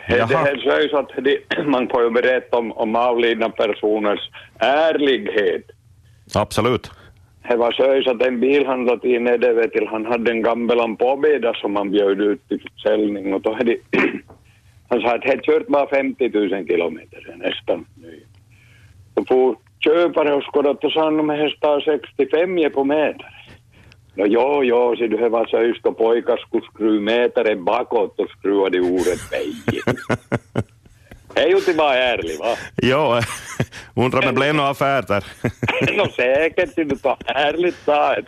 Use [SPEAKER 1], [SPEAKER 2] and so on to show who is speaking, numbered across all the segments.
[SPEAKER 1] Det här så att man får ju berätta om avlidna personers ärlighet.
[SPEAKER 2] Absolut.
[SPEAKER 1] Det var så att en bilhandlare i Nedevetil, han hade en gammal påbeda som han bjöd ut till försäljning. Och då hade han sa att det kört bara 50 000 kilometer nästan. Så får köpare och skådat och sa han om hästar 65 på meter. Ja, så det var så just och pojkar skulle skruva mätaren bakåt och skruva det ordet bäj. Det är ju inte bara ärlig, va?
[SPEAKER 2] Ja, undrar om det blev några affär där.
[SPEAKER 1] Säkert, det var ärligt sagt.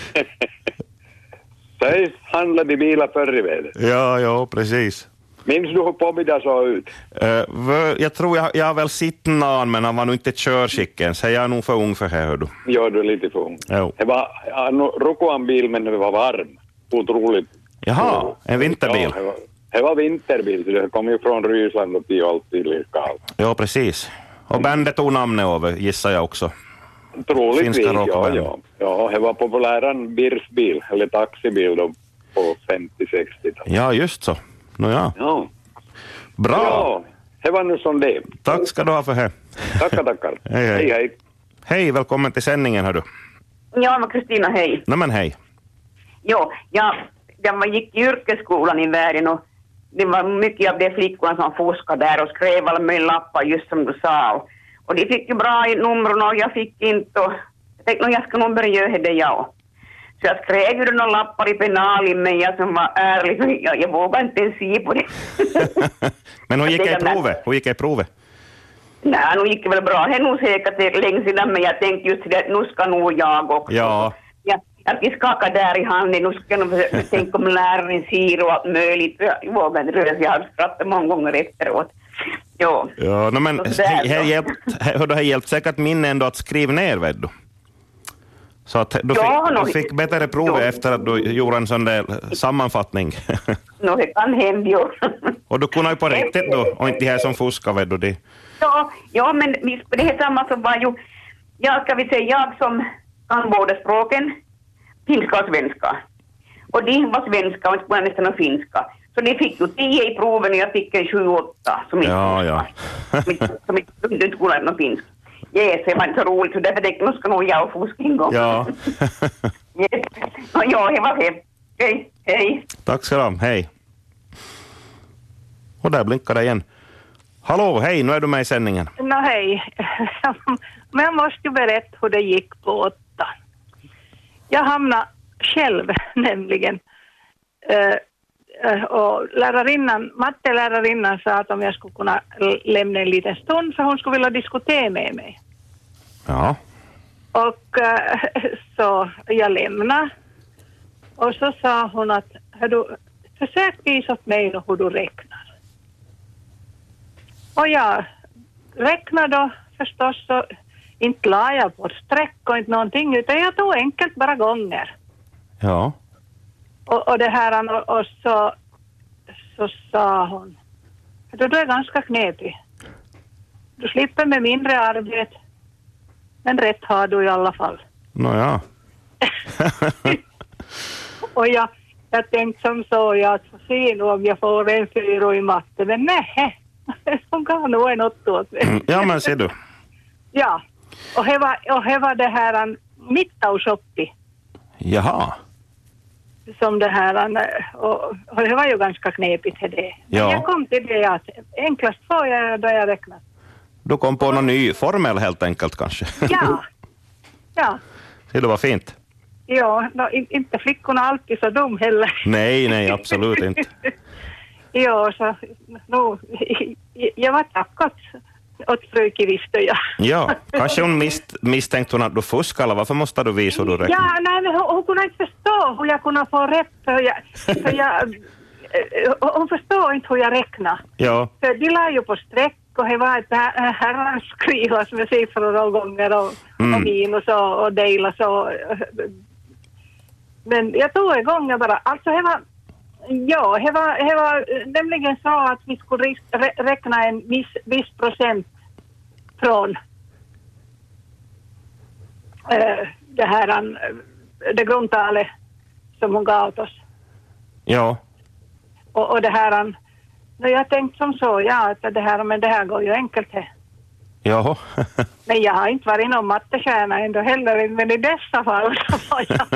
[SPEAKER 1] Så handlade bilar förr i världen.
[SPEAKER 2] Ja, precis.
[SPEAKER 1] Minns du hur påbida såg ut?
[SPEAKER 2] Jag tror jag har väl sett någon, men han var nog inte körskicken, så jag är nog för ung för det, hör du.
[SPEAKER 1] Ja, du är lite för ung.
[SPEAKER 2] Jo.
[SPEAKER 1] Det var en bil, men det var varm. Otroligt.
[SPEAKER 2] Jaha, en vinterbil.
[SPEAKER 1] Ja, det var vinterbil, så det kom ju från Ryssland och det är alltid lika allt.
[SPEAKER 2] Ja, precis. Och bandet tog namnet över, gissar jag också.
[SPEAKER 1] Troligtvis, ja. Ja, det var populära birsbil, eller taxibil då, på 50-60-talet.
[SPEAKER 2] Ja, just så. Ja. Bra.
[SPEAKER 1] Ja, det var nu som det.
[SPEAKER 2] Tack ska du ha för det.
[SPEAKER 1] Tackar. Hej.
[SPEAKER 2] Hej, välkommen till sändningen, hör du.
[SPEAKER 3] Ja, men Kristina, hej.
[SPEAKER 2] Nej, men hej.
[SPEAKER 3] Jo, jag gick i yrkesskolan i världen och det var mycket av de flickorna som fuskade där och skrev alla med lappar just som du sa. Och de fick ju bra i numren och jag fick inte. Och jag tänkte, jag ska nog börja göra det jag. Så jag skrev ju några lappar i penalen, men jag som var ärlig, jag vågade inte ens se på det.
[SPEAKER 2] Men hur gick det i provet?
[SPEAKER 3] Nej, nu gick det väl bra. Det är nog säkert länge sedan, men jag tänkte just det, nu ska nog jag också.
[SPEAKER 2] Ja.
[SPEAKER 3] Jag fick skaka där i handen, nu ska jag nog tänka om läraren ser och allt möjligt. Jag vågar inte röra sig, jag har skrattat många gånger efteråt. Jo.
[SPEAKER 2] Ja, men det har hjälpt säkert minne ändå att skriva ner, vet du. Så att du fick bättre prov efter att du gjorde en sån där sammanfattning.
[SPEAKER 3] Det kan hända ju.
[SPEAKER 2] Och du kunde ju på riktigt då, och inte här som fuskar, vet du det.
[SPEAKER 3] Ja, men det här samma som var ju, jag som kan båda språken, finska och svenska. Och de var svenska och inte kunde nästan finska. Så de fick ju 10 i proven och jag fick 28 som inte som inte kunde någon finska. Yes, det var inte så roligt, så därför tänkte jag, nu ska nog jag fuska en gång.
[SPEAKER 2] Ja.
[SPEAKER 3] Yes. Ja, det var det. Okej, hej.
[SPEAKER 2] Tack ska du ha, hej. Och där blinkar det igen. Hallå, hej, nu är du med i sändningen.
[SPEAKER 4] Hej. Men jag måste ju berätta hur det gick på 8. Jag hamnade själv nämligen. Och mattelärarinnan sa att om jag skulle kunna lämna en liten stund för hon skulle vilja diskutera med mig.
[SPEAKER 2] Ja.
[SPEAKER 4] Och så jag lämnade. Och så sa hon att försök visa åt mig hur du räknar. Och jag räknade då förstås, så inte la jag på streck och inte någonting, utan jag tog enkelt bara gånger.
[SPEAKER 2] Ja.
[SPEAKER 4] Och det här, och så sa hon, du är ganska knepig. Du slipper med mindre arbete, men rätt har du i alla fall.
[SPEAKER 2] Nåja.
[SPEAKER 4] Och jag tänkte som så, jag får se nu om jag får en 4 i matte, men nej, hon kan nog en 8 åt mig.
[SPEAKER 2] Ja, men ser du.
[SPEAKER 4] Ja, och det var det här mittaushoppi.
[SPEAKER 2] Jaha.
[SPEAKER 4] Som det här, och det var ju ganska knepigt det. Men jag kom till det att enklast får jag då jag räknar.
[SPEAKER 2] Du kom på någon ny formel helt enkelt kanske.
[SPEAKER 4] Ja.
[SPEAKER 2] Det var fint.
[SPEAKER 4] Ja, inte flickorna alltid så dum heller.
[SPEAKER 2] Nej, absolut inte.
[SPEAKER 4] Ja, så jag var tackad åt frökivister, ja.
[SPEAKER 2] Ja, kanske hon misstänkte hon att du fuskade, eller varför måste du visa hur du räknar?
[SPEAKER 4] Ja, nej, men hon kunde inte förstå hur jag kunde få rätt, hon förstår inte hur jag räknar.
[SPEAKER 2] Ja.
[SPEAKER 4] För de la ju på streck och det var ett herrans skrivas med siffror och gånger och minus och delas och... Men jag tog en gång bara, alltså det var nämligen så att vi skulle räkna en viss procent från det grundtalet som hon gav åt oss.
[SPEAKER 2] Ja.
[SPEAKER 4] Och det här Jag tänkte som så, ja, att det här går ju enkelt här.
[SPEAKER 2] Ja.
[SPEAKER 4] Men jag har inte varit någon mattekärna ändå heller, men i dessa fall så var jag.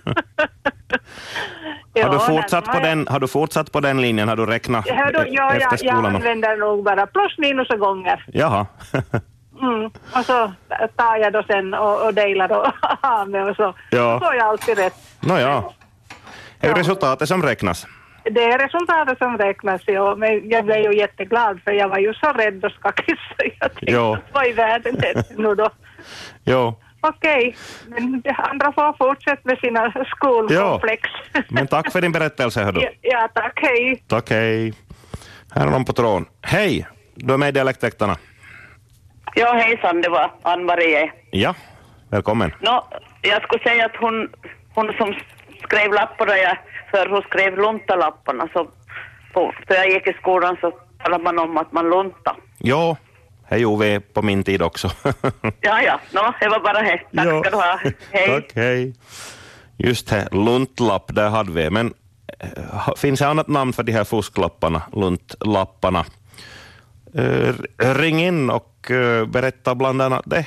[SPEAKER 2] Har du fortsatt på den linjen? Har du räknat efter skolan?
[SPEAKER 4] Jag använder nog bara plus minus och gånger.
[SPEAKER 2] Jaha.
[SPEAKER 4] Och så tar jag då sen och delar då av mig och så. Ja. Så får jag alltid rätt.
[SPEAKER 2] Nåja. Är det resultatet som räknas?
[SPEAKER 4] Det är resultatet som räknas, ja. Men jag blev ju jätteglad för jag var ju så rädd och skakig så jag tänkte vad i världen är nu då.
[SPEAKER 2] Jo.
[SPEAKER 4] Okej, men andra får fortsätta med sina skolkomplex.
[SPEAKER 2] Ja. Men tack för din berättelse, hördu.
[SPEAKER 4] Ja, tack, hej.
[SPEAKER 2] Tack, hej. Här är någon på tråden. Hej, du är med i Dialektväktarna.
[SPEAKER 5] Ja, hejsan, det var Ann-Marie.
[SPEAKER 2] Ja, välkommen.
[SPEAKER 5] Jag skulle säga att hon som skrev lapparna, för hon skrev luntalapparna, så då jag gick i skolan så talade man om att man lunta.
[SPEAKER 2] Ja, hej gjorde på min tid också.
[SPEAKER 5] Ja, det var bara hej. Tack ska du ha. Hej.
[SPEAKER 2] Tack, hej. Just det, luntlapp, där hade vi. Men finns det annat namn för de här fusklapparna, luntlapparna? Ring in och berätta bland annat det.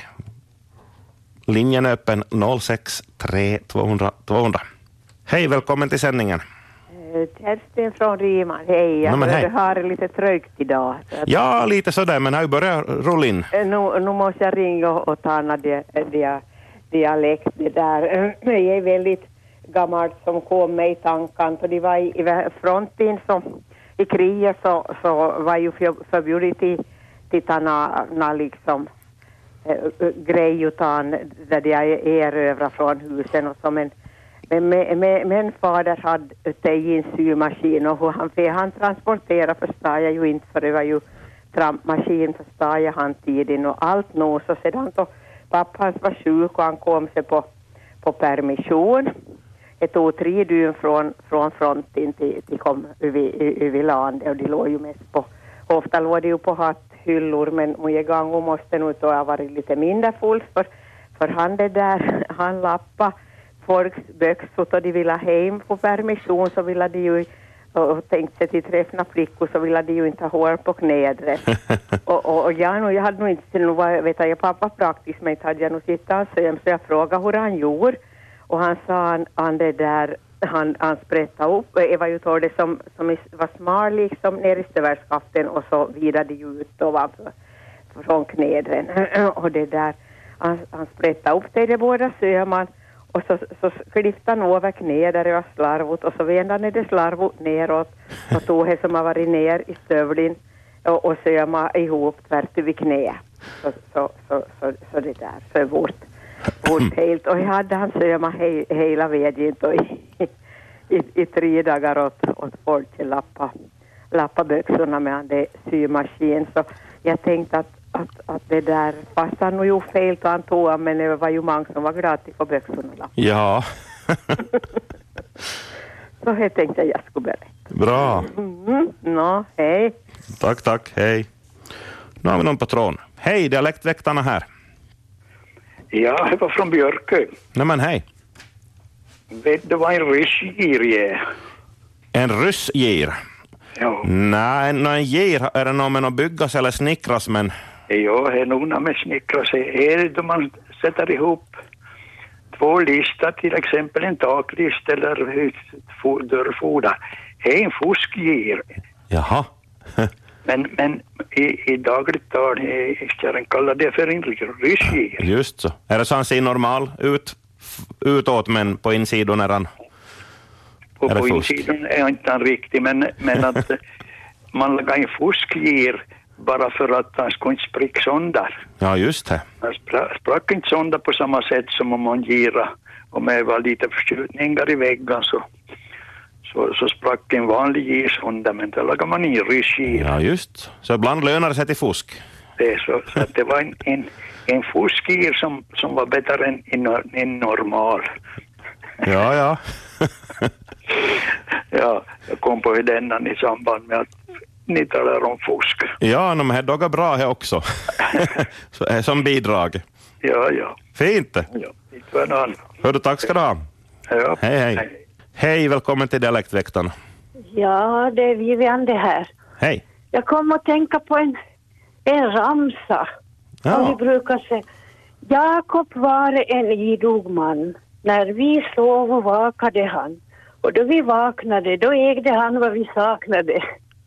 [SPEAKER 2] Linjen är öppen 063 200 200. Hej, välkommen till sändningen.
[SPEAKER 6] Kerstin från Riman, hej. Jag har det lite trögt idag.
[SPEAKER 2] Ja, lite sådär, men har ju börjat rulla in.
[SPEAKER 6] Nu måste jag ringa och ta en dialekt. Det där. Jag är väldigt gammalt som kom med i tanken. Så det var i fronten som i kriget så var ju förbjudet till ta liksom grej utan där de erövrar från husen och som en men fader hade en symaskin och han transporterade förstår jag ju inte för det var ju trampmaskin förstår jag han tiden och allt nog så sedan då pappa hans var sjuk och han kom sig på permission. Det tog 3 dygn från fronten till kom över landet och de låg ju mest på ofta låg de ju på hatthyllor men många gånger måste nog då ha varit lite mindre full för han det där han lappa folks böxor och de ville hem på permission så ville de ju och tänkte sig till träffna flickor så ville de ju inte ha hår på knädret. och jag hade nog inte vet jag pappa praktiskt men inte hade jag nog sittat så jag frågade hur han gjorde och han sa han det där han sprättade upp det var ju då det som var smal liksom ner i stöverskaften och så vidare de ju ut ovanför från knädren och det där han sprättade upp det båda söman. Och så klippte han över knä där det var slarvot och så vände han det slarvot neråt och tog det som har varit ner i stövlin och söma ihop tvärt över knä. Så det där, så vårt helt. Och jag hade han söma hela vägen i 3 dagar åt folk lappa böxorna med det symaskin. Så jag tänkte att det där fast han nog gjorde fel och han tog men det var ju många som var gratis på böxorna.
[SPEAKER 2] Ja.
[SPEAKER 6] Så jag tänkte jag skulle berätta.
[SPEAKER 2] Bra.
[SPEAKER 6] Hej.
[SPEAKER 2] Tack, hej. Nu har vi någon på tråden. Hej, Dialektväktarna här.
[SPEAKER 7] Ja, jag var från Björkö.
[SPEAKER 2] Nej men hej.
[SPEAKER 7] Vet du vad en ryssgir är?
[SPEAKER 2] En ryssgir?
[SPEAKER 7] Ja.
[SPEAKER 2] Nej, en gir är det någon med att byggas eller snickras, men...
[SPEAKER 7] Ja, det är nog med snickras. Är det då man sätter ihop 2 listor, till exempel en taklist eller dörrfoda. Det är en fuskgir.
[SPEAKER 2] Jaha.
[SPEAKER 7] men i dagligt tal kallar det för en ryssgir.
[SPEAKER 2] Just så. Är det så han ser normal utåt, men på insidan är han...
[SPEAKER 7] Och på insidan är inte han riktig, men att man lägger en fuskgir bara för att han ska inte spricka sönder.
[SPEAKER 2] Ja, just det.
[SPEAKER 7] Han sprack inte sönder på samma sätt som om man gira. Om det var lite förskjutningar i väggen så sprack en vanlig gir sönder, men då lägger man in ryssgir.
[SPEAKER 2] Ja, just. Så ibland lönar det sig till fusk.
[SPEAKER 7] Det är så att det var en fuskgir som var bättre än normal.
[SPEAKER 2] Ja.
[SPEAKER 7] Ja, jag kom på denna i samband med att ni talar om fusk.
[SPEAKER 2] Ja, de här dagar bra här också. Som bidrag.
[SPEAKER 7] Ja.
[SPEAKER 2] Fint.
[SPEAKER 7] Ja, inte var någon.
[SPEAKER 2] Hördu, tack ska du ha.
[SPEAKER 7] Ja.
[SPEAKER 2] Hej, välkommen till Dialektväktarna.
[SPEAKER 8] Ja, det är Vivian det här.
[SPEAKER 2] Hej.
[SPEAKER 8] Jag kom att tänka på en ramsa.
[SPEAKER 2] Ja.
[SPEAKER 8] Och vi brukar säga, Jakob var en idog man. När vi sov och vakade han. Och då vi vaknade, då ägde han vad vi saknade.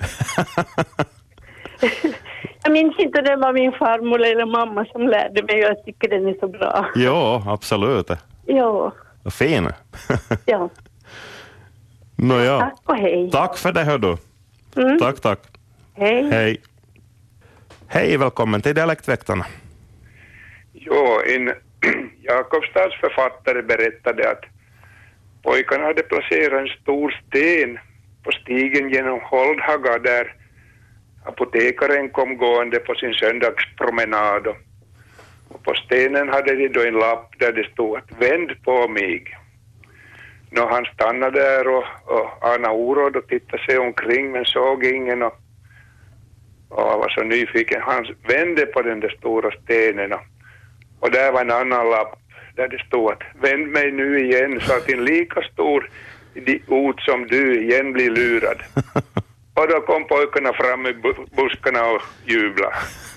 [SPEAKER 8] Jag minns inte om det var min farmor eller mamma som lärde mig. Jag tycker den är så bra.
[SPEAKER 2] Ja, absolut.
[SPEAKER 8] Ja.
[SPEAKER 2] Vad fin.
[SPEAKER 8] Ja.
[SPEAKER 2] Nåja.
[SPEAKER 8] Tack och hej.
[SPEAKER 2] Tack för det, hör du. Tack.
[SPEAKER 8] Hej.
[SPEAKER 2] Hej, välkommen till Dialektväktarna.
[SPEAKER 1] Jo, en Jakobstads författare berättade att pojkarna hade placerat en stor sten på stigen genom Holdhaga där apotekaren kom gående på sin söndagspromenad. Och på stenen hade de då en lapp där det stod att vänd på mig. Nå, han stannade där och ana oråd och tittade sig omkring men såg ingen och var så nyfiken. Han vände på den där stora stenen och där var en annan lapp där det stod att vänd mig nu igen så att en lika stor ord som du igen blir lurad. Och då kom pojkarna fram i buskarna och jublade.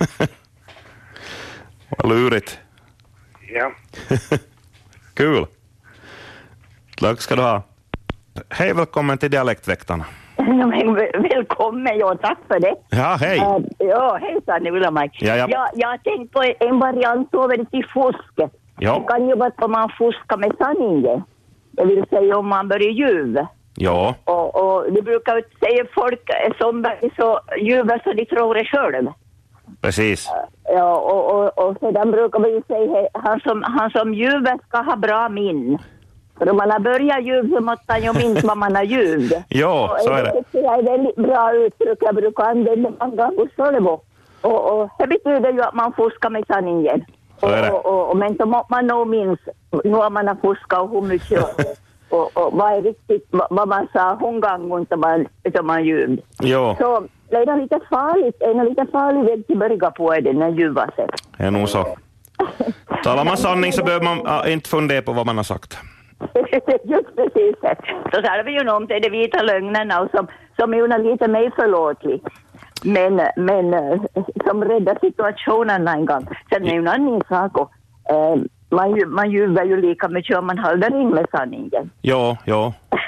[SPEAKER 2] Vad lurigt.
[SPEAKER 1] Ja.
[SPEAKER 2] Kul. Tack ska du ha. Hej, välkommen till Dialektväktarna.
[SPEAKER 9] Välkommen, ja, tack för det.
[SPEAKER 2] Ja, hej.
[SPEAKER 9] Ja, hejsan, Ulla-Maj.
[SPEAKER 2] Ja.
[SPEAKER 9] Jag har tänkt på en variant över till fusk.
[SPEAKER 2] Ja.
[SPEAKER 9] Det kan ju vara att man fuskar med sanningen. Det vill säga om man börjar ljuva.
[SPEAKER 2] Ja.
[SPEAKER 9] Och det brukar säga folk som så ljuva så de tror det själv.
[SPEAKER 2] Precis.
[SPEAKER 9] Ja, och sedan brukar man ju säga han som ljuver ska ha bra min. För om man har börjat ljuv så måste man ju minns vad man har ljuvt.
[SPEAKER 2] Ja, så är det.
[SPEAKER 9] Det är väldigt bra uttryck jag brukar använda många själv. Och det betyder ju att man fuskar med sanningen.
[SPEAKER 2] Så är det.
[SPEAKER 9] Men så måste man nog minns hur man har fuskat och hur mycket. Och vad är riktigt, vad man sa hon gång inte man ljuvt.
[SPEAKER 2] Ja.
[SPEAKER 9] Så det är lite farlig väg till börja på den när ljuva sig.
[SPEAKER 2] Det är nog så. Talar man sanning så behöver man inte fundera på vad man har sagt.
[SPEAKER 9] Just precis. Så sa vi ju om det vita lögnerna och som är lite mer förlåtlig. Men som räddar situationen en gång. Sen är ju en annan sak. Man ljuger ju lika mycket om man håller in med sanningen.
[SPEAKER 2] Ja.
[SPEAKER 9] Ja.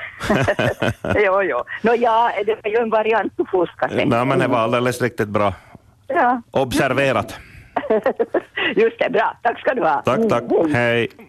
[SPEAKER 9] Det är ju en variant på fuska.
[SPEAKER 2] Nej, men det var alldeles riktigt bra.
[SPEAKER 9] Ja.
[SPEAKER 2] Observerat.
[SPEAKER 9] Just det, bra. Tack ska du ha.
[SPEAKER 2] Tack. Hej.